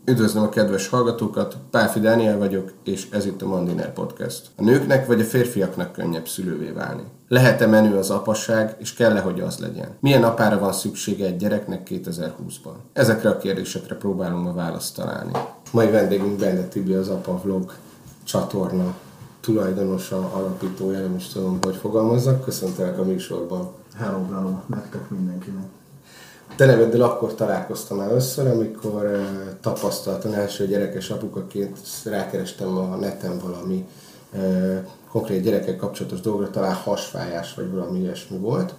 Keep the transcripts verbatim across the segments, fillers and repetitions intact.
Üdvözlöm a kedves hallgatókat, Pálfi Dániel vagyok, és ez itt a Mandiner Podcast. A nőknek vagy a férfiaknak könnyebb szülővé válni? Lehet-e menő az apasság, és kell-e, hogy az legyen? Milyen apára van szüksége egy gyereknek kétezer-húszban? Ezekre a kérdésekre próbálunk ma választ találni. Mai vendégünk Bende Tibi, az Apa Vlog csatorna tulajdonosa, alapítója, nem is tudom, hogy fogalmazzak. Köszöntelek a műsorban. Hello, hello, nektek mindenkinek. Te neveddel akkor találkoztam először, amikor uh, tapasztaltan első gyerekes apukaként rákerestem a neten valami uh, konkrét gyerekek kapcsolatos dolgra, talán hasfájás vagy valami ilyesmi volt,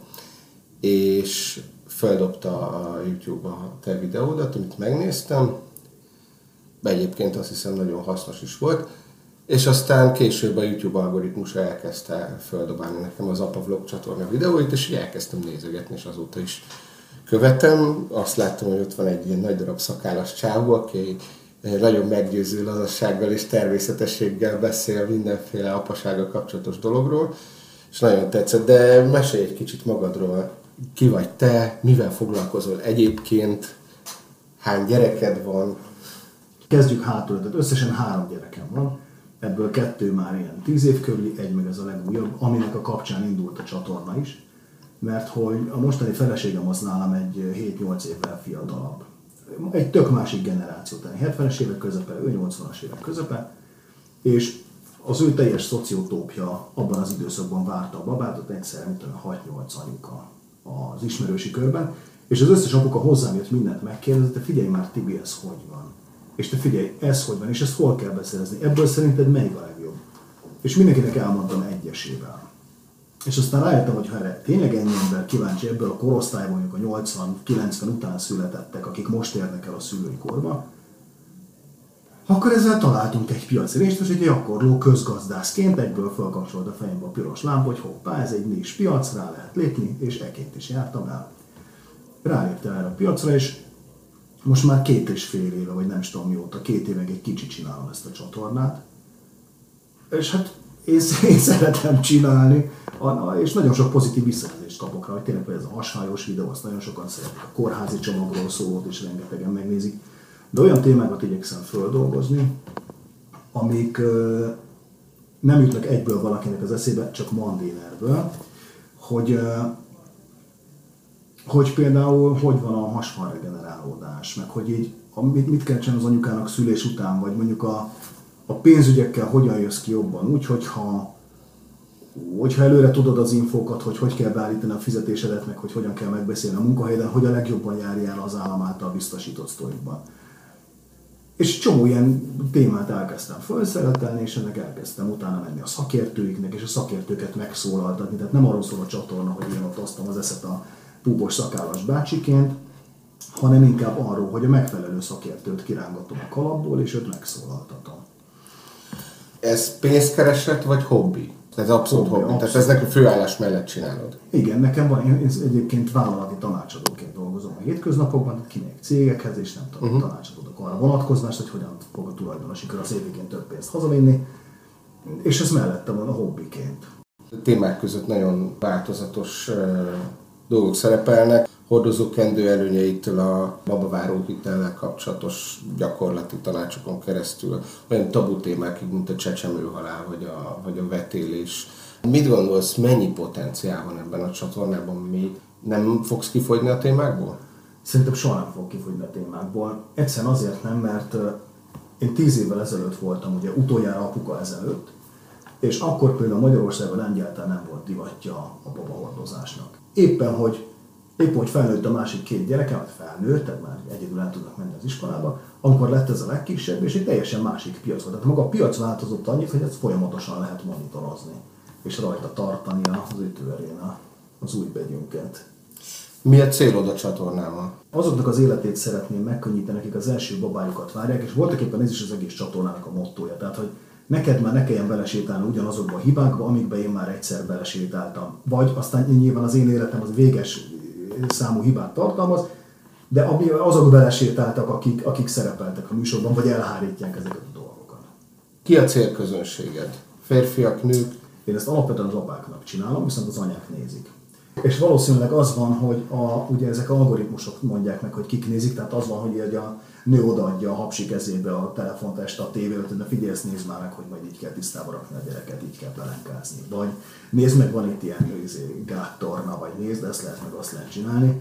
és feldobta a YouTube a te videódat, amit megnéztem, egyébként azt hiszem nagyon hasznos is volt, és aztán később a YouTube algoritmusa elkezdte feldobálni nekem az Apa Vlog csatorna videóit, és elkezdtem nézegetni, és azóta is követem. Azt láttam, hogy ott van egy ilyen nagy darab szakállas csávó, aki nagyon meggyőző lazassággal és természetességgel beszél mindenféle apasággal kapcsolatos dologról, és nagyon tetszett. De mesélj egy kicsit magadról. Ki vagy te, mivel foglalkozol egyébként, hány gyereked van? Kezdjük hátul, tehát összesen három gyerekem van, ebből kettő már ilyen tíz év körüli, egy meg ez a legújabb, aminek a kapcsán indult a csatorna is, mert hogy a mostani feleségem az nálam egy hét-nyolc évvel fiatalabb. Egy tök másik generáció, tehát hetvenes évek közepe, ő nyolcvanas évek közepe, és az ő teljes szociotópja abban az időszakban várta a babát, ott egyszer, mint tudom, hat-nyolc anyuka az ismerősi körben, és az összes apuka hozzám jött, mindent megkérdezett, te figyelj már Tibi, ez hogy van? És te figyelj, ez hogy van, és ezt hol kell beszerezni? Ebből szerinted melyik a legjobb? És mindenkinek elmondtam egyesével. És aztán rájöttem, hogy ha erre tényleg ennyi ember kíváncsi ebből a korosztályban, mondjuk a nyolcvan-kilencven után születettek, akik most érnek el a szülői korba, akkor ezzel találtunk egy piaci részt, és egy gyakorló közgazdászként egyből felkapcsolt a fejembe a piros lámpa, hogy hoppá, ez egy nis piac, rá lehet lépni, és ekként is jártam el. Ráléptem erre a piacra, és most már két és fél éve, vagy nem is tudom mióta, két éve egy kicsit csinálom ezt a csatornát. És hát én, én szeretem csinálni, és nagyon sok pozitív visszajelzést kapok rá, hogy tényleg ez a hasfájós videó, azt nagyon sokan szeretik, a kórházi csomagról szólót is rengetegen megnézik. De olyan témákat igyekszem földolgozni, amik uh, nem jutnak egyből valakinek az eszébe, csak Mandinerből, hogy, uh, hogy például hogy van a hasfalregenerálódás, meg hogy így mit, mit kell csinálni az anyukának szülés után, vagy mondjuk a, a pénzügyekkel hogyan jössz ki jobban, úgy, hogyha hogyha előre tudod az infókat, hogy hogy kell beállítani a fizetésedet, meg hogy hogyan kell megbeszélni a munkahelyeden, hogy a legjobban járjál az állam által biztosított sztorikban. És csomó ilyen témát elkezdtem felszeretelni, és ennek elkezdtem utána menni a szakértőiknek, és a szakértőket megszólaltatni. Tehát nem arról szól a csatorna, hogy én ott osztom az eszet a púpos szakállas bácsiként, hanem inkább arról, hogy a megfelelő szakértőt kirángatom a kalapból, és őt megszólaltatom. Ez pénzkereset vagy hobbi? Ez abszolút hobbi, hobbi. Tehát ez nekünk főállás mellett csinálod. Igen, nekem van, én egyébként vállalati tanácsadóként dolgozom a hétköznapokban, kimegyek cégekhez, és nem tudom, uh-huh. tanácsadódok arra vonatkozvást, hogy hogyan fog a tulajdonosi kör az évvégén több pénzt hazavinni, és ez mellette van a hobbiként. A témák között nagyon változatos uh, dolgok szerepelnek, hordozókendő előnyeitől a babaváró hitellel kapcsolatos gyakorlati tanácsokon keresztül, olyan tabu témákig, mint a csecsemőhalál vagy a, vagy a vetélés. Mit gondolsz, mennyi potenciál van ebben a csatornában még? Nem fogsz kifogyni a témákból? Szerintem soha nem fog kifogyni a témákból. Egyszerűen azért nem, mert én tíz évvel ezelőtt voltam, ugye utoljára apuka ezelőtt, és akkor például Magyarországon egyáltalán nem volt divatja a babahordozásnak. Éppen, hogy Épp hogy felnőtt a másik két gyerekem, hát felnőtt, tehát már egyedül el tudnak menni az iskolába, amikor lett ez a legkisebb, és egy teljesen másik piac volt. Tehát maga a piac változott annyit, hogy ezt folyamatosan lehet monitorozni, és rajta tartani az ütőerén az új begyünket. Mi a célod a csatornával? Azoknak az életét szeretném megkönnyíteni, akik az első babájukat várják, és voltak éppen ez is az egész csatornának a mottója. Tehát, hogy neked már ne kelljen belesétálni ugyanazokba a hibákba, amikbe én már egyszer belesétáltam. Vagy aztán nyilván az én életem az véges számú hibát tartalmaz, de azok belesétáltak, akik, akik szerepeltek a műsorban, vagy elhárítják ezeket a dolgokat. Ki a célközönséged? Férfiak, nők? Én ezt alapvetően az apáknak csinálom, viszont az anyák nézik. És valószínűleg az van, hogy a, ugye ezek algoritmusok mondják meg, hogy kik nézik, tehát az van, hogy a nő odaadja a hapsi kezébe a telefont este a tévét, de figyelj, ezt nézd már meg, hogy majd így kell tisztába rakni a gyereket, így kell pelenkázni. Vagy nézd meg, van itt ilyen gáttorna, vagy nézd, ezt lehet meg azt lehet csinálni.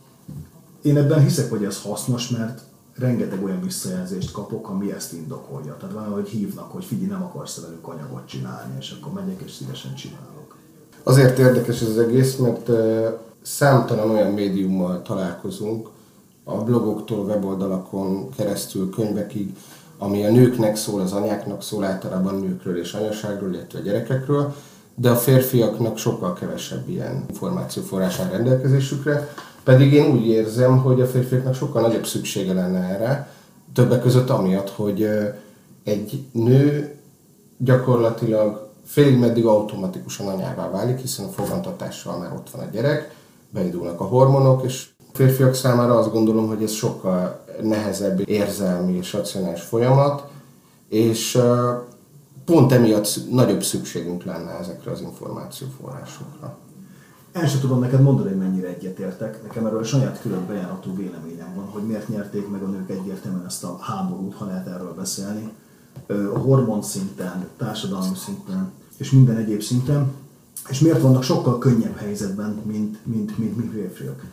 Én ebben hiszek, hogy ez hasznos, mert rengeteg olyan visszajelzést kapok, ami ezt indokolja. Tehát van, hogy hívnak, hogy figyelj, nem akarsz velük anyagot csinálni, és akkor megyek és szívesen csinálok. Azért érdekes ez az egész, mert számtalan olyan médiummal találkozunk, a blogoktól, weboldalakon keresztül, könyvekig, ami a nőknek szól, az anyáknak szól, általában nőkről és anyaságról, illetve a gyerekekről, de a férfiaknak sokkal kevesebb ilyen információforrás áll rendelkezésükre, pedig én úgy érzem, hogy a férfiaknak sokkal nagyobb szüksége lenne erre, többek között amiatt, hogy egy nő gyakorlatilag félig meddig automatikusan anyává válik, hiszen a fogantatással már ott van a gyerek, beindulnak a hormonok, és a férfiak számára azt gondolom, hogy ez sokkal nehezebb érzelmi és racionális folyamat, és pont emiatt nagyobb szükségünk lenne ezekre az információforrásokra. El sem tudom neked mondani, hogy mennyire egyetértek. Nekem erről a saját külön bejáratú véleményem van, hogy miért nyerték meg a nők egyértelműen ezt a háborút, ha lehet erről beszélni. A hormon szinten, társadalmi szinten és minden egyéb szinten, és miért vannak sokkal könnyebb helyzetben, mint, mint, mint mi férfiak.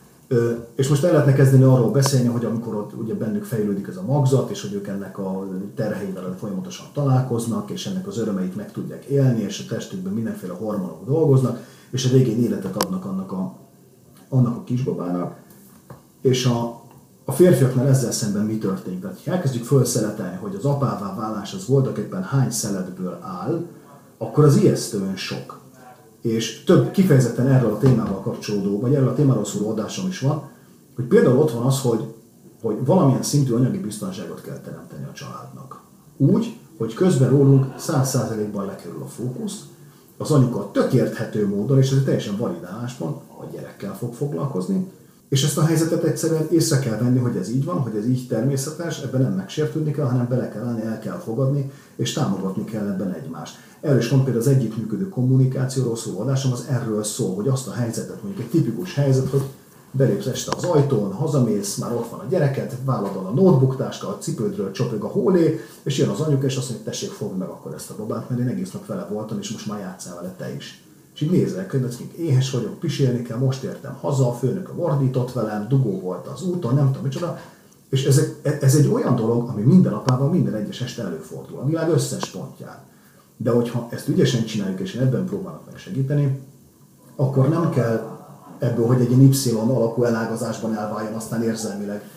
És most el lehetne kezdeni arról beszélni, hogy amikor ott ugye bennük fejlődik ez a magzat, és hogy ők ennek a terheivel folyamatosan találkoznak, és ennek az örömeit meg tudják élni, és a testükben mindenféle hormonok dolgoznak, és a végén életet adnak annak a, annak a kisbabának. És a, a férfiaknál ezzel szemben mi történik? Tehát, ha elkezdjük felszeletelni, hogy az apává válás az voltaképpen hány szeletből áll, akkor az ijesztően sok. És több kifejezetten erről a témával kapcsolódó, vagy erről a témáról szóló adásom is van, hogy például ott van az, hogy, hogy valamilyen szintű anyagi biztonságot kell teremteni a családnak. Úgy, hogy közben rólunk száz százalékban lekerül a fókusz, az anyuka tök érthető módon, és ez egy teljesen valid álláspont, a gyerekkel fog foglalkozni, és ezt a helyzetet egyszerűen észre kell venni, hogy ez így van, hogy ez így természetes, ebben nem megsértődni kell, hanem bele kell állni, el kell fogadni, és támogatni kell ebben egymást. Erről is van például az együttműködő kommunikációról szóló adásom, az erről szól, hogy azt a helyzetet, mondjuk egy tipikus helyzet, hogy belépsz este az ajtón, hazamész, már ott van a gyereket, vállalod a notebooktáska, a cipődről csopog a hólé, és jön az anyuka, és azt mondja, tessék, fogd meg akkor ezt a babát, mert én egész nap vele voltam, és most már játsszál vele te is. És így nézel, könyvet, éhes vagyok, pisélni kell, most értem haza, a főnök ordított velem, dugó volt az úton, nem tudom micsoda. És ez, ez egy olyan dolog, ami minden apával minden egyes este előfordul, a világ összes pontján. De hogyha ezt ügyesen csináljuk, és ebben próbálnak meg segíteni, akkor nem kell ebből, hogy egy Y alakú elágazásban elváljon, aztán érzelmileg,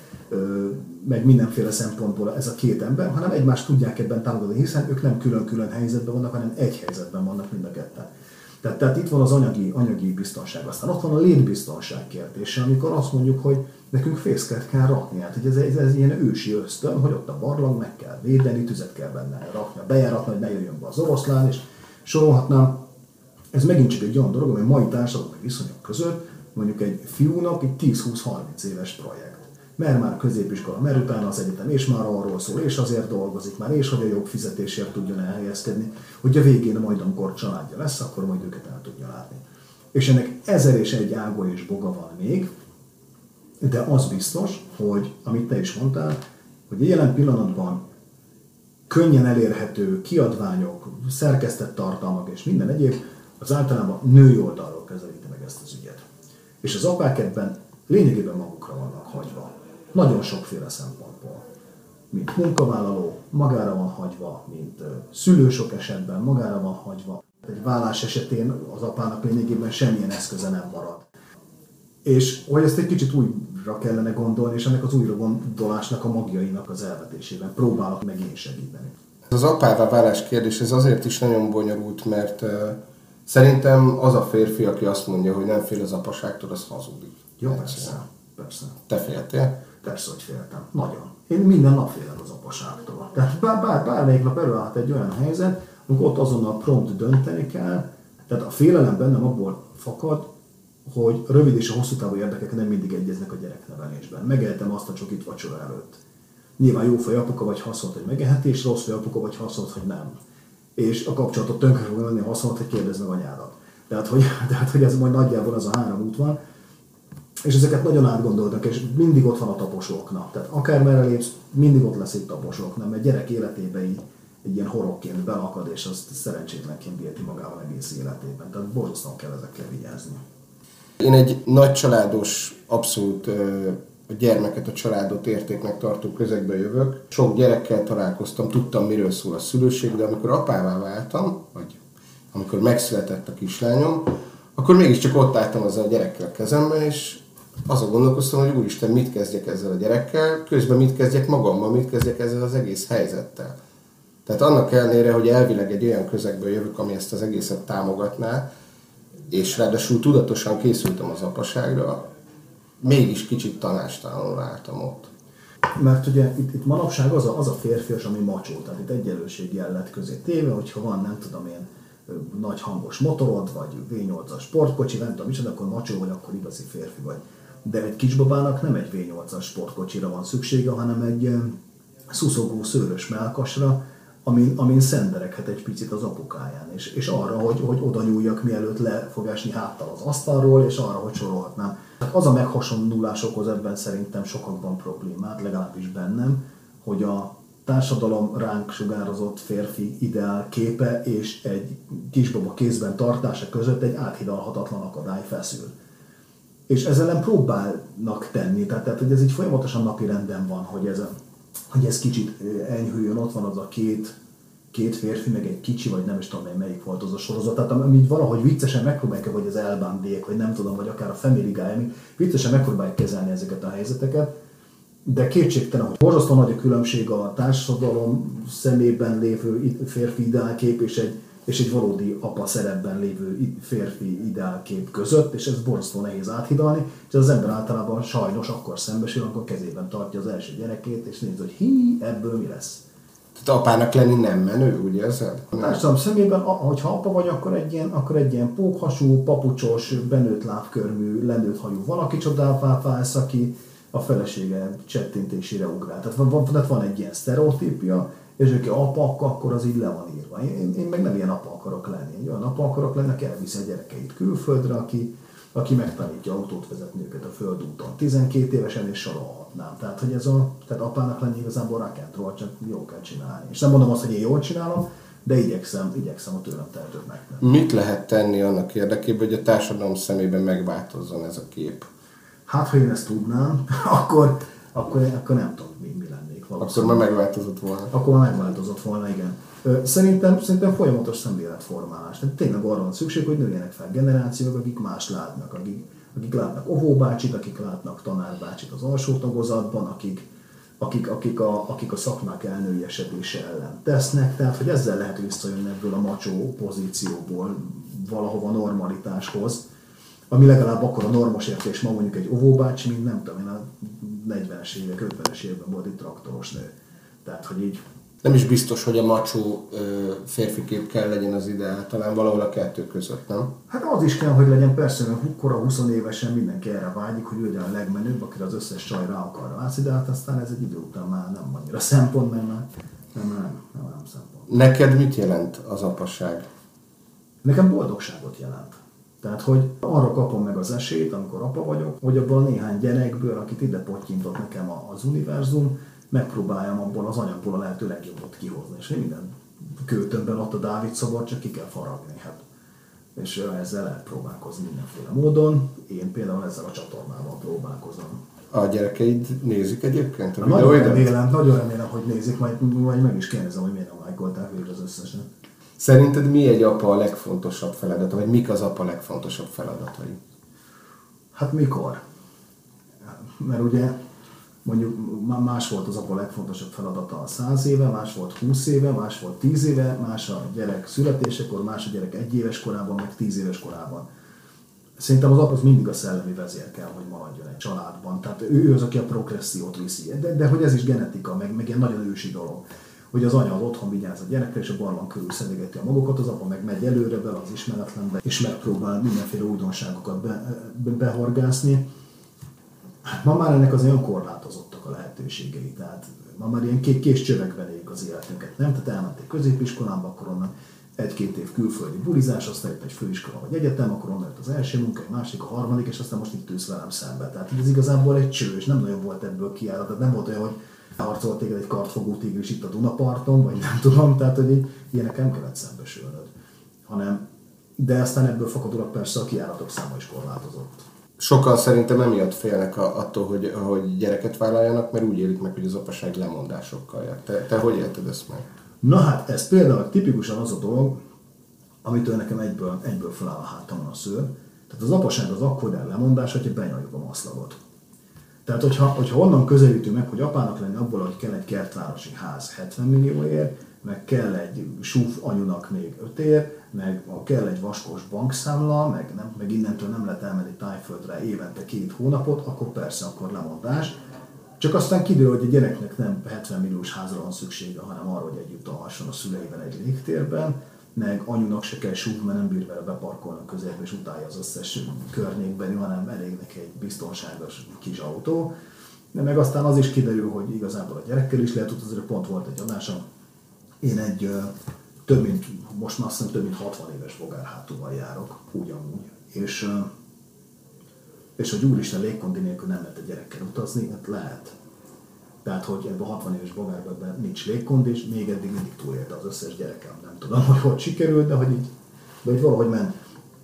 meg mindenféle szempontból ez a két ember, hanem egymást tudják ebben támogatni, hiszen ők nem külön-külön helyzetben vannak, hanem egy helyzetben vannak mind a ketten. Tehát, tehát itt van az anyagi, anyagi biztonság. Aztán ott van a létbiztonság kérdése, amikor azt mondjuk, hogy nekünk fészket kell rakni. Hát, hogy ez, ez, ez ilyen ősi ösztön, hogy ott a barlang meg kell védeni, tüzet kell benne rakni, bejáratni, hogy ne jöjjön be az oroszlán, és sorolhatnám. Ez megint csak egy olyan dolog, ami a mai társadalmi viszonyok között mondjuk egy fiúnak egy tíz-húsz-harminc éves projekt. Mert már középiskola, mert utána az egyetem, és már arról szól, és azért dolgozik már, és hogy a jobb fizetésért tudjon elhelyezkedni, hogy a végén majd, amikor családja lesz, akkor majd őket el tudja látni. És ennek ezer és egy ága és boga van még, de az biztos, hogy, amit te is mondtál, hogy jelen pillanatban könnyen elérhető kiadványok, szerkesztett tartalmak és minden egyéb, az általában női oldalról közelíti meg ezt az ügyet. És az apák ebben lényegében magukra vannak hagyva. Nagyon sokféle szempontból. Mint munkavállaló, magára van hagyva, mint szülő sok esetben, magára van hagyva. Egy vállás esetén az apának lényegében semmilyen eszköze nem marad. És hogy ezt egy kicsit újra kellene gondolni, és ennek az újra gondolásnak a magjainak az elvetésében próbálok meg én segíteni. Az apává válás kérdés ez azért is nagyon bonyolult, mert uh, szerintem az a férfi, aki azt mondja, hogy nem fél az apaságtól, az hazudik. Jó, persze, persze. Te féltél? Persze, hogy féltem. Nagyon. Én minden nap félek az apaságtól. Tehát bár, bár, bármelyik nap előállt egy olyan helyzet, amikor ott azonnal prompt dönteni kell, tehát a félelem bennem abból fakad, hogy rövid és a hosszú távú érdekek nem mindig egyeznek a gyereknevelésben. Megehetem azt a csokit vacsora előtt. Nyilván jó fej apuka vagy haszolt, hogy megeheti, és rossz fej apuka vagy haszolt, hogy nem. És a kapcsolatot tönkre fog lenni, ha haszolt, hogy kérdezd meg anyádat. Tehát hogy, tehát, hogy ez majd nagyjából az a három út van. És ezeket nagyon átgondoltak, és mindig ott van a taposóknak. Tehát akármerre lépsz, mindig ott lesz egy taposóknak, mert gyerek életében így egy ilyen horogként belakad, és azt szerencsétlenként bírti magával egész életében. Tehát borzasztóan kell ezekkel vigyázni. Én egy nagy családos, abszolút a gyermeket, a családot értéknek tartó közegbe jövök. Sok gyerekkel találkoztam, tudtam, miről szól a szülőség, de amikor apává váltam, vagy amikor megszületett a kislányom, akkor mégiscsak ott álltam azzal a gyerekkel a kezemben, és azon gondolkoztam, hogy úristen, mit kezdjek ezzel a gyerekkel, közben mit kezdjek magammal, mit kezdjek ezzel az egész helyzettel. Tehát annak ellenére, hogy elvileg egy olyan közegből jövök, ami ezt az egészet támogatná, és ráadásul tudatosan készültem az apaságra, mégis kicsit tanástalanul álltam ott. Mert ugye itt, itt manapság az a, az a férfias, ami macsó, tehát itt egyenlőség jel lett közé téve, hogyha van, nem tudom én, nagy hangos motorod, vagy vé nyolcas sportkocsi, nem tudom micsoda, akkor macsó vagy, akkor igazi férfi vagy. De egy kisbabának nem egy vé nyolcas sportkocsira van szüksége, hanem egy szuszogó szőrös mellkasra, amin, amin szendereghet egy picit az apukáján, és, és arra, hogy, hogy oda nyúljak, mielőtt le fog esni háttal az asztalról, és arra, hogy sorolhatnám. Tehát az a meghasonlulás okoz ebben szerintem sokakban problémát, legalábbis bennem, hogy a társadalom ránk sugározott férfi ideál képe és egy kisbaba kézben tartása között egy áthidalhatatlan akadály feszül. És ezzel nem próbálnak tenni, tehát, tehát hogy ez így folyamatosan napi renden van, hogy ez, a, hogy ez kicsit enyhüljön, ott van az a két, két férfi, meg egy kicsi, vagy nem is tudom én melyik volt az a sorozat, tehát amit valahogy viccesen megpróbálják, vagy az elbándék, vagy nem tudom, vagy akár a Family Guy, amik viccesen megpróbálják kezelni ezeket a helyzeteket, de kétségtelen, hogy borzasztó nagy a különbség a társadalom szemében lévő férfi ideálkép és egy, és egy valódi apa szerepben lévő férfi ideálkép között, és ez borzasztó nehéz áthidalni, és az ember általában sajnos akkor szembesül, amikor kezében tartja az első gyerekét, és néz, hogy hi, ebből mi lesz. Tehát apának lenni nem menő, úgy érzed? A társadalom szemében, hogyha apa vagy, akkor egy ilyen, akkor egy ilyen pókhasú, papucsos, benőtt lábkörmű, lenőtt hajú valaki csodává válsz, aki a felesége csettintésére ugrál. Tehát van, van, van egy ilyen sztereotípia, és aki apa, akkor az így le van írva. Én, én meg nem ilyen apa akarok lenni. Egy olyan apa akarok lenni, aki elviszi a gyerekeit külföldre, aki, aki megtanítja autót vezetni őket a földúton. tizenkét évesen és sorolhatnám. Tehát, hogy ez a, tehát apának lenni igazából rock and roll, csak jól kell csinálni. És nem mondom azt, hogy én jól csinálom, de igyekszem, igyekszem a tőlem tehetőt megtenni. Mit lehet tenni annak érdekében, hogy a társadalom szemében megváltozzon ez a kép? Hát, ha én ezt tudnám, akkor, akkor, akkor nem tudom, mi, mi lennék valószínűleg. Akkor már megváltozott volna. Akkor már megváltozott volna, igen. Szerintem, szerintem folyamatos szemléletformálás. Tehát tényleg arra van szükség, hogy nőjenek fel generációk, akik más látnak, akik, akik látnak óvóbácsit, akik látnak tanárbácsit az alsó tagozatban, akik, akik, akik, a, akik a szakmák elnőjesedése ellen tesznek. Tehát, hogy ezzel lehet visszajönni ebből a macsó pozícióból valahova normalitáshoz, ami legalább akkor a normosértés ma mondjuk egy óvóbácsi, mint nem tudom én, a negyvenes évek, ötvenes években volt egy traktoros nő. Tehát, hogy így... Nem is biztos, hogy a macsó férfikép kell legyen az ideál, talán valahol a kettő között, nem? Hát az is kell, hogy legyen, persze, mert kora húsz évesen mindenki erre vágyik, hogy ő legyen a legmenőbb, akire az összes csaj rá akar rászni, de hát aztán ez egy idő után már nem annyira szempont, mert már nem, nem, nem, nem, nem szempont. Neked mit jelent az apaság? Nekem boldogságot jelent. Tehát, hogy arra kapom meg az esélyt, amikor apa vagyok, hogy abból a néhány gyerekből, akit ide pottyintott nekem az univerzum, megpróbáljam abból az anyagból a lehető legjobbat kihozni. És én minden költömben ott a Dávid szobor, csak ki kell faragni. Hát. És ezzel lehet próbálkozni mindenféle módon. Én például ezzel a csatornával próbálkozom. A gyerekeid nézik egyébként a nagyon remélem, nagyon remélem, hogy nézik, majd, majd meg is kérdezem, hogy miért nem lájkolták végül az összeset. Szerinted mi egy apa a legfontosabb feladata, vagy mik az apa legfontosabb feladatai? Hát mikor? Mert ugye mondjuk más volt az apa legfontosabb feladata a száz éve, más volt húsz éve, más volt tíz éve, más a gyerek születésekor, más a gyerek egy éves korában, meg tíz éves korában. Szerintem az apa az mindig a szellemi vezér kell, hogy maradjon egy családban. Tehát ő az, aki a progressziót viszi. De, de hogy ez is genetika, meg, meg ilyen nagyon ősi dolog. Hogy az anya az otthon vigyáz a gyerekre, és a barlang körül szedegeti a magokat, az apa meg megy előre bele az ismeretlenbe, és megpróbál mindenféle újdonságokat be, be, behorgászni. Ma már ennek az olyan korlátozottak a lehetőségei, tehát ma már ilyen kés csövekben éljük az életünket, nem? Tehát elmenték középiskolába, akkor onnan egy-két év külföldi bulizás, aztán jött egy főiskola vagy egyetem, akkor onnan jött az első munka, egy másik, a harmadik, és aztán most itt ülsz velem szembe. Tehát ez igazából egy cső, és nem nagyon volt ebből kiárat. Tehát nem volt olyan, hogy harcolt téged egy kartfogó tigris itt a Dunaparton, vagy nem tudom, tehát hogy így, ilyenek nem kellett szembesülnöd. Hanem, de aztán ebből fakadólag persze a kiáratok száma is korlátozott. Sokan szerintem emiatt félnek attól, hogy, hogy gyereket vállaljanak, mert úgy élik meg, hogy az apaság lemondásokkal jár. Te, te hogy élted ezt meg? Na hát, ez például tipikusan az a dolog, amitől nekem egyből, egyből feláll a hátamon a szőr. Tehát az apaság az akkor el lemondás, hogyha benyaljuk a maszlagot. Tehát, hogyha, hogyha onnan közelítünk meg, hogy apának lenni abból, hogy kell egy kertvárosi ház hetven millióért, meg kell egy súf anyunak még öt ér, meg kell egy vaskos bankszámla, meg, nem, meg innentől nem lehet elmenni Tájföldre évente két hónapot, akkor persze, akkor lemondás. Csak aztán kiderül, hogy a gyereknek nem hetven milliós házra van szüksége, hanem arra, hogy együtt alhasson a szüleivel egy légtérben, meg anyunak se kell súf, mert nem bír vele beparkolni a közérbe, és utálja az összes környékbeni, hanem elég neki egy biztonságos kis autó. De meg aztán az is kiderül, hogy igazából a gyerekkel is lehet utazni, pont volt egy adásom. Én egy több mint, most már azt hiszem több mint hatvan éves bogárhátúval járok, ugyanúgy. És, és hogy úristen légkondi nélkül nem lehet a gyerekkel utazni, hát lehet. Tehát, hogy ebben a hatvan éves bogárban nincs légkondi, és még eddig mindig túlélte az összes gyerekem. Nem tudom, hogy hogy sikerült, de hogy így, de hogy valahogy ment.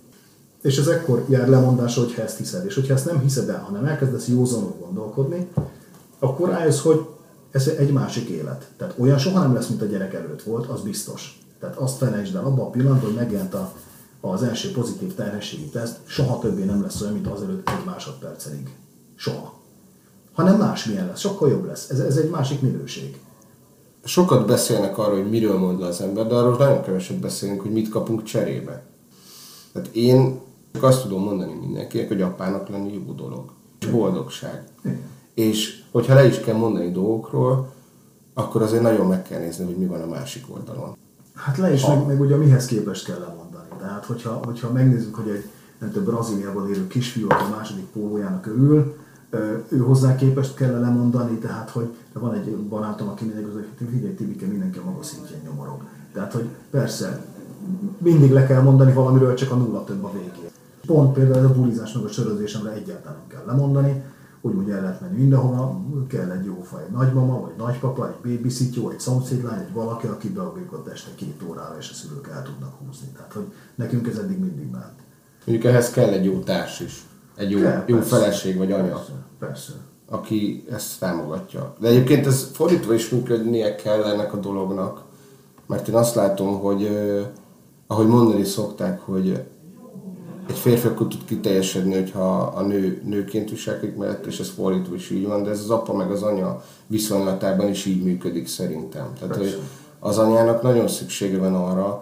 És ez ekkor jár lemondásra, hogyha ezt hiszed. És hogyha ezt nem hiszed el, hanem elkezdesz józanul gondolkodni, akkor rájössz, hogy ez egy másik élet. Tehát olyan soha nem lesz, mint a gyerek előtt volt, az biztos. Tehát azt felejtsd el abban a pillanatban, hogy megjelent a, az első pozitív terhességi teszt, soha többé nem lesz olyan, mint azelőtt egy másodpercig. Soha. Hanem másmilyen lesz, sokkal jobb lesz. Ez, ez egy másik minőség. Sokat beszélnek arról, hogy miről mond le az ember, de arról nagyon keveset beszélünk, hogy mit kapunk cserébe. Tehát én azt tudom mondani mindenkinek, hogy apának lenni jó dolog. És boldogság. Igen. És hogyha le is kell mondani dolgokról, akkor azért nagyon meg kell nézni, hogy mi van a másik oldalon. Hát le is, meg, meg ugye mihez képest kell lemondani. Tehát, hogyha, hogyha megnézzük, hogy egy nem tudom, Brazíliában élő kisfiú, a második pólójának örül, ő hozzá képest kell lemondani, tehát, hogy van egy barátom, aki mindig az, hogy figyelj, Tibike, mindenki a maga szintjén nyomorog. Tehát, hogy persze, mindig le kell mondani valamiről, csak a nulla több a végén. Pont például a bulizás meg a sörözésemre egyáltalán nem kell lemondani, úgymond el lehet menni mindenhova, kell egy jó faj, egy nagymama, vagy nagypapa, egy babysitter, egy szomszédlány, egy valaki, aki beugrik ott este két órára, és a szülők el tudnak húzni. Tehát, hogy nekünk ez eddig mindig ment. Mondjuk ehhez kell egy jó társ is, egy jó, kell, jó persze, feleség vagy anya, persze, persze. aki ezt támogatja. De egyébként ez fordítva is működnie kell ennek a dolognak, mert én azt látom, hogy eh, ahogy mondani szokták, hogy egy férfi akkor tud kiteljesedni, hogyha a nő nőként viselkedik mellett, és ez fordítva is így van, de ez az apa meg az anya viszonylatában is így működik szerintem. Tehát, hogy az anyának nagyon szüksége van arra,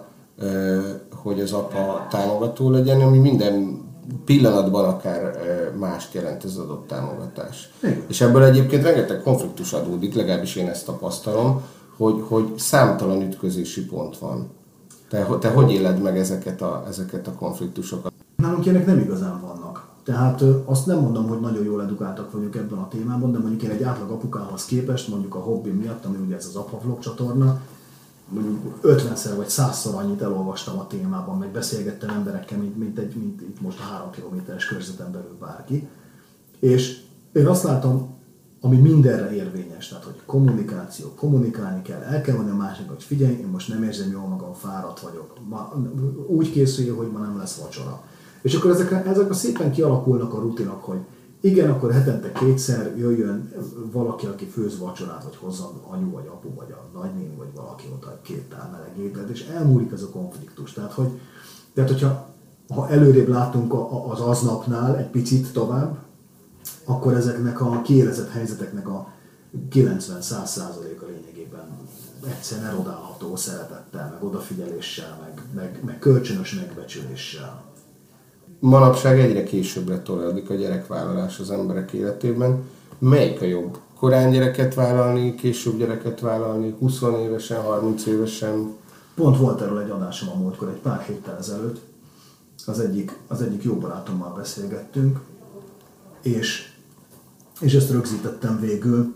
hogy az apa támogató legyen, ami minden pillanatban akár mást jelent ez az adott támogatás. Igen. És ebből egyébként rengeteg konfliktus adódik, legalábbis én ezt tapasztalom, hogy, hogy számtalan ütközési pont van. Te, te hogy éled meg ezeket a, ezeket a konfliktusokat? Nálunk ilyenek nem igazán vannak. Tehát azt nem mondom, hogy nagyon jól edukáltak vagyunk ebben a témában, de mondjuk én egy átlag apukához képest, mondjuk a hobbim miatt, ami ugye ez az apa vlog csatorna, mondjuk ötvenszer vagy százszor annyit elolvastam a témában, meg beszélgettem emberekkel, mint, mint, egy, mint itt most a három kilométeres körzeten belül bárki. És én azt látom, ami mindenre érvényes, tehát hogy kommunikáció, kommunikálni kell, el kell mondani a másiknak, hogy figyelj, én most nem érzem jól magam, fáradt vagyok, ma, úgy készülj, hogy ma nem lesz vacsora. És akkor ezek, ezek a szépen kialakulnak a rutinok, hogy igen, akkor hetente kétszer jöjjön valaki, aki főz vacsorát, vagy hozzon anyu, vagy apu, vagy a nagynéni, vagy valaki ott két tál meleg ételt, és elmúlik ez a konfliktus. Tehát, hogy, tehát hogyha ha előrébb látunk az aznapnál egy picit tovább, akkor ezeknek a kiélezett helyzeteknek a kilencven-száz százaléka lényegében egyszerűen erodálható szeretettel, meg odafigyeléssel, meg, meg, meg kölcsönös megbecsüléssel. Manapság egyre későbbre tolódik a gyerekvállalás az emberek életében. Melyik a jobb? Korán gyereket vállalni, később gyereket vállalni, húsz évesen, harminc évesen? Pont volt erről egy adásom a múltkor, egy pár héttel ezelőtt. Az egyik, az egyik jó barátommal beszélgettünk, és, és ezt rögzítettem végül.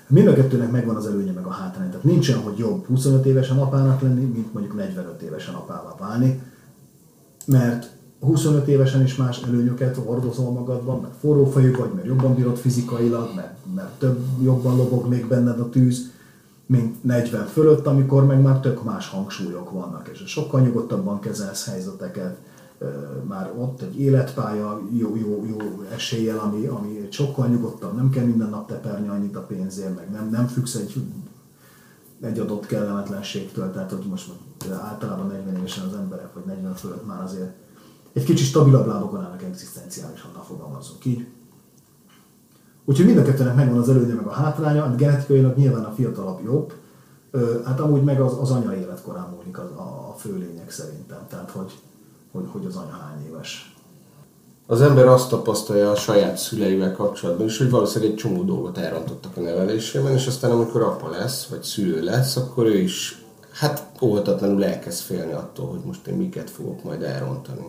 Mind a kettőnek megvan az előnye meg a hátrány. Tehát nincsen, hogy jobb huszonöt évesen apának lenni, mint mondjuk negyvenöt évesen apává válni. Mert huszonöt évesen is más előnyöket hordozol magadban, mert forrófejű vagy, mert jobban bírod fizikailag, mert, mert több, jobban lobog még benned a tűz, mint negyven fölött, amikor meg már tök más hangsúlyok vannak, és sokkal nyugodtabban kezelsz helyzeteket, már ott egy életpálya jó, jó, jó eséllyel, ami, ami egy sokkal nyugodtabb, nem kell minden nap teperni annyit a pénzért, meg nem, nem függsz egy, egy adott kellemetlenségtől, tehát hogy most általában negyven évesen az emberek, vagy negyven fölött már azért egy kicsit stabilabb lábokon állnak egzisztenciálisan, ha fogalmazzunk így. Úgyhogy mind a kettőnek megvan az előnye meg a hátránya, hát genetikailag nyilván a fiatalabb jobb, hát amúgy meg az, az anya életkorán múlik az, a, a fő lényeg szerintem, tehát hogy, hogy, hogy az anya hány éves. Az ember azt tapasztalja a saját szüleivel kapcsolatban is, hogy valószínűleg egy csomó dolgot elrontottak a nevelésében, és aztán amikor apa lesz, vagy szülő lesz, akkor ő is hát óvatatlanul elkezd félni attól, hogy most én miket fogok majd elrontani.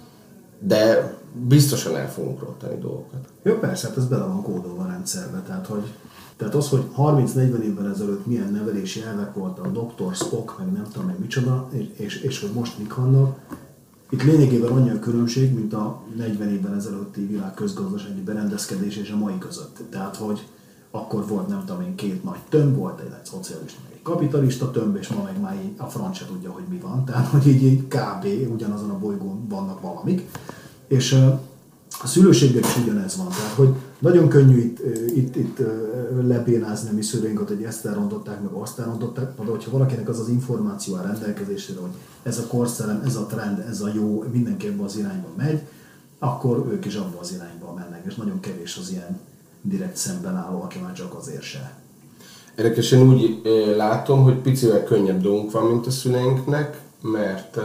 De biztosan el fogunk rontani dolgokat. Jó, persze, hát ez bele van kódolva a rendszerbe. Tehát, hogy, tehát az, hogy harminc-negyven évvel ezelőtt milyen nevelési elvek voltak, a doktor Spock, meg nem tudom meg micsoda, és, és, és hogy most mik vannak, itt lényegében annyi a különbség, mint a negyven évvel ezelőtti világ közgazdasági berendezkedés és a mai között. Tehát, hogy akkor volt, nem tudom én, két nagy tömb, volt egy szocialista, meg egy kapitalista tömb, és ma meg már így a franc se tudja, hogy mi van. Tehát, hogy így, így kb. Ugyanazon a bolygón vannak valamik. És a szülőséggel is ugyanez van. Tehát, hogy nagyon könnyű itt, itt, itt lebénázni a mi szülőinkat, hogy ezt elrontották, meg azt elrontották, de hogyha valakinek az az információ a rendelkezésére, hogy ez a korszellem, ez a trend, ez a jó, mindenki ebbe az irányba megy, akkor ők is abba az irányba mennek, és nagyon kevés az ilyen direkt szemben álló, aki már csak azért se. Érdekes, én úgy látom, hogy picivel könnyebb dolgunk van, mint a szüleinknek, mert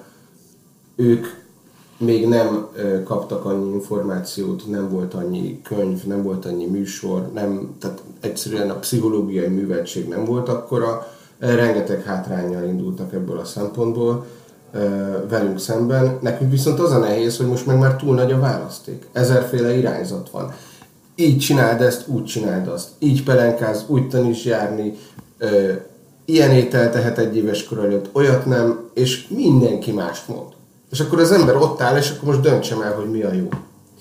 ők még nem kaptak annyi információt, nem volt annyi könyv, nem volt annyi műsor, nem, tehát egyszerűen a pszichológiai műveltség nem volt akkora, rengeteg hátránnyal indultak ebből a szempontból velünk szemben. Nekünk viszont az a nehéz, hogy most meg már túl nagy a választék. Ezerféle irányzat van. Így csináld ezt, úgy csináld azt. Így pelenkáz, úgy taníts járni, ilyen ételt tehet egy éves kor előtt, olyat nem, és mindenki mást mond. És akkor az ember ott áll, és akkor most döntsem el, hogy mi a jó.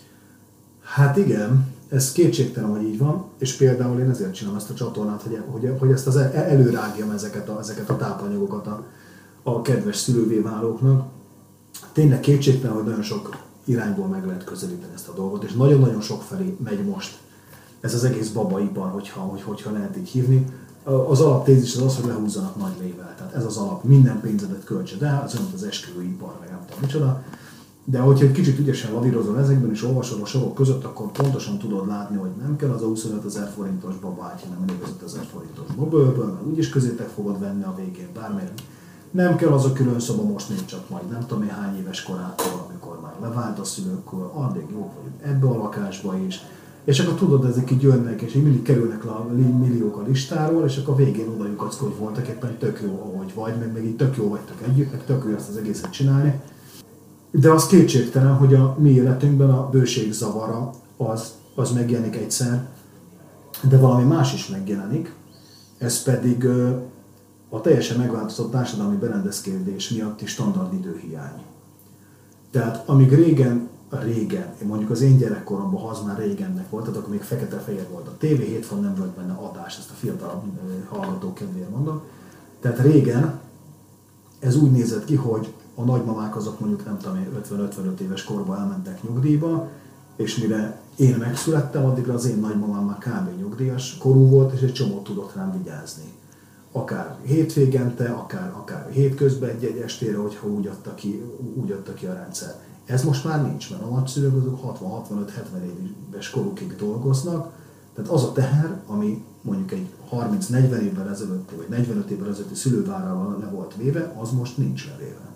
Hát igen, ez kétségtelen, hogy így van, és például én ezért csinálom ezt a csatornát, hogy, hogy, hogy ezt az előrágjam ezeket a, ezeket a tápanyagokat a, a kedves szülővé válóknak. Tényleg kétségtelen, hogy nagyon sok irányból meg lehet közelíteni ezt a dolgot, és nagyon-nagyon sok felé megy most ez az egész babaipar, hogyha, hogy, hogyha lehet így hívni. Az alaptézis az az, hogy lehúzzanak nagy lével. Tehát ez az alap, minden pénzedet költsed el, az olyan, az esküvőipar, meg nem tudom micsoda. De hogyha egy kicsit ügyesen lavírozol ezekben és olvasod a sorok között, akkor pontosan tudod látni, hogy nem kell az a huszonöt ezer forintos babágy, hanem negyvenöt ezer forintos babölből, mert úgyis közétek fogod venni a végén bármilyen. Nem kell az a külön szoba most még csak majd nem tudom én hány éves korától, amikor már levált a szülőkor, addig jók vagyunk ebbe a lakásba is. És akkor tudod, ezek így jönnek, és így mindig kerülnek le a milliók a listáról, és akkor a végén oda lyukadsz, hogy voltak éppen tök jó, ahogy vagy, meg, meg így tök jó vagytok együtt, meg tök jó ezt az egészet csinálni. De az kétségtelen, hogy a mi életünkben a bőség zavara az, az megjelenik egyszer, de valami más is megjelenik, ez pedig a teljesen megváltozott társadalmi berendezkedés miatti standard időhiány. Tehát amíg régen, régen, mondjuk az én gyerekkoromban, ha az már régennek volt, tehát akkor még fekete-fehér volt a tévé, hétfőn nem volt benne adás, ezt a fiatal hallgatók kedvéért mondom. Tehát régen ez úgy nézett ki, hogy a nagymamák azok mondjuk nem tudom, ötven-ötvenöt éves korban elmentek nyugdíjba, és mire én megszülettem, addigra az én nagymamám már kb. Nyugdíjas korú volt, és egy csomót tudott rám vigyázni. Akár hétvégente, akár, akár hétközben egy-egy estére, hogyha úgy adta ki, úgy adta ki a rendszer. Ez most már nincs, mert a nagyszülők azok hatvan-hatvanöt-hetven éves korukig dolgoznak, tehát az a teher, ami mondjuk egy harminc-negyven évvel ezelőtti, vagy negyvenöt évvel ezelőtti szülővárával le volt véve, az most nincs levéve.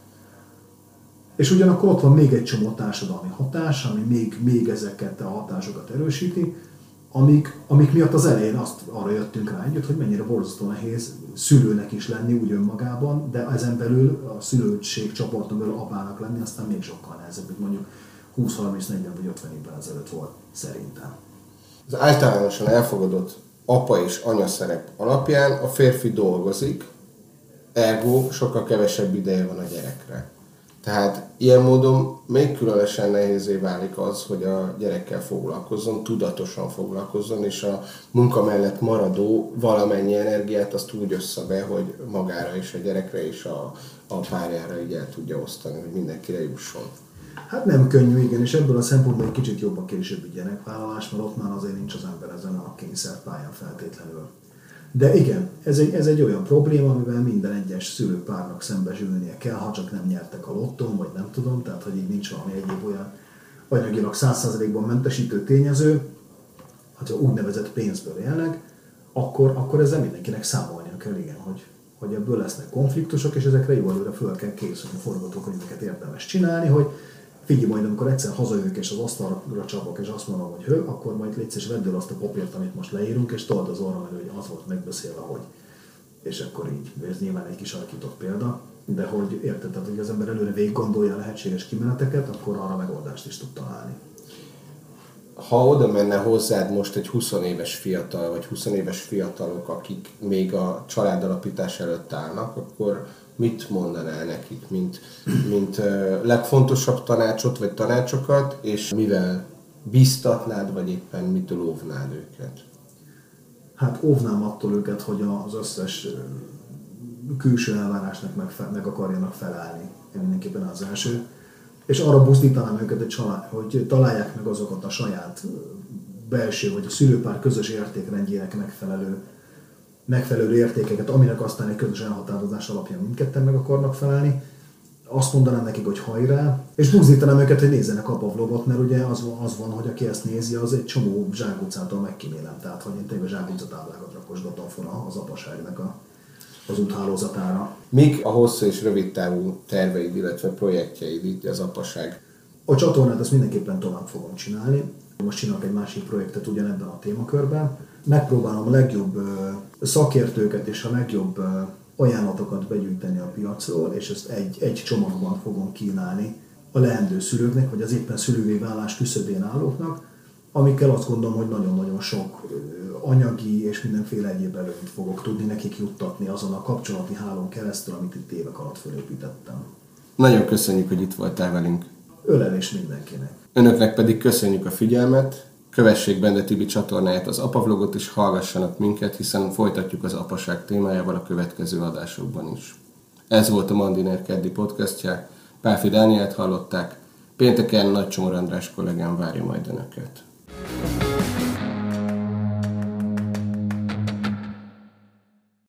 És ugyanakkor ott van még egy csomó társadalmi hatás, ami még, még ezeket a hatásokat erősíti, amik, amik miatt az elején azt arra jöttünk rá együtt, hogy mennyire borzasztó nehéz szülőnek is lenni úgy önmagában, de ezen belül a szülőség csoporton belül apának lenni, aztán még sokkal nehezebb, mint mondjuk húsz-harminc-negyven vagy ötven évvel ezelőtt volt, szerintem. Az általánosan elfogadott apa és anya szerep alapján a férfi dolgozik, ergo sokkal kevesebb ideje van a gyerekre. Tehát ilyen módon még különösen nehézé válik az, hogy a gyerekkel foglalkozzon, tudatosan foglalkozzon, és a munka mellett maradó valamennyi energiát azt úgy ossza be, hogy magára és a gyerekre és a, a párjára így el tudja osztani, hogy mindenkire jusson. Hát nem könnyű, igen, és ebből a szempontból egy kicsit jobb a későbbi gyerekvállalás, mert ott már azért nincs az ember ezen a kényszerpályán feltétlenül. De igen, ez egy, ez egy olyan probléma, amivel minden egyes szülőpárnak szembesülnie kell, ha csak nem nyertek a lottón, vagy nem tudom, tehát hogy így nincs valami egyéb olyan anyagilag száz százalékban mentesítő tényező, ha úgynevezett pénzből élnek, akkor, akkor ezzel mindenkinek számolnia kell, igen, hogy, hogy ebből lesznek konfliktusok, és ezekre jó előre föl kell készülni, forgatókönyveket érdemes csinálni, hogy figyelj majd, amikor egyszer hazajövök és az asztalra csapok, és azt mondom, hogy hő, akkor majd légy szíves, vedd el azt a papírt, amit most leírunk, és told az orrom elő, hogy az volt megbeszélve, hogy. És akkor így, ez nyilván egy kis alakított példa, de hogy érted, tehát, hogy az ember előre végig gondolja a lehetséges kimeneteket, akkor arra megoldást is tud találni. Ha oda menne hozzád most egy húsz éves fiatal, vagy húsz éves fiatalok, akik még a családalapítás előtt állnak, akkor mit mondanál nekik, mint, mint uh, legfontosabb tanácsot, vagy tanácsokat, és mivel bíztatnád, vagy éppen mitől óvnád őket? Hát óvnám attól őket, hogy az összes külső elvárásnak meg, fel, meg akarjanak felállni. Én mindenképpen az első. És arra buzdítanám őket, hogy, család, hogy találják meg azokat a saját belső, vagy a szülőpár közös értékrendjének megfelelő megfelelő értékeket, aminek aztán egy közös elhatározás alapján mindketten meg akarnak felelni. Azt mondanám nekik, hogy hajrá, és buzdítanám őket, hogy nézzenek apa vlogot, mert ugye az, az van, hogy aki ezt nézi, az egy csomó zsákutcától megkímélem. Tehát, hogy én tényleg zsákutcatáblákat rakosgatom fel az apaságnak a, az úthálózatára. Mik a hosszú és rövid távú terveid, illetve projektjeid itt az apaság? A csatornát ezt mindenképpen tovább fogom csinálni. Most csinálok egy másik projektet ugyanebben a témakörben. Megpróbálom a legjobb szakértőket és a legjobb ajánlatokat begyűjteni a piacról, és ezt egy, egy csomagban fogom kínálni a leendő szülőknek, vagy az éppen szülővé válás küszöbén állóknak, amikkel azt gondolom, hogy nagyon-nagyon sok anyagi és mindenféle egyéb előnyt fogok tudni nekik juttatni azon a kapcsolati hálón keresztül, amit itt évek alatt felépítettem. Nagyon köszönjük, hogy itt voltál velünk. Ölelés mindenkinek. Önöknek pedig köszönjük a figyelmet. Kövessék Bende Tibi csatornáját, az Apa Vlogot, és hallgassanak minket, hiszen folytatjuk az apaság témájával a következő adásokban is. Ez volt a Mandiner keddi podcastja. Pálfi Dánielt hallották. Pénteken Nagy Csomor András kollégám várja majd Önöket.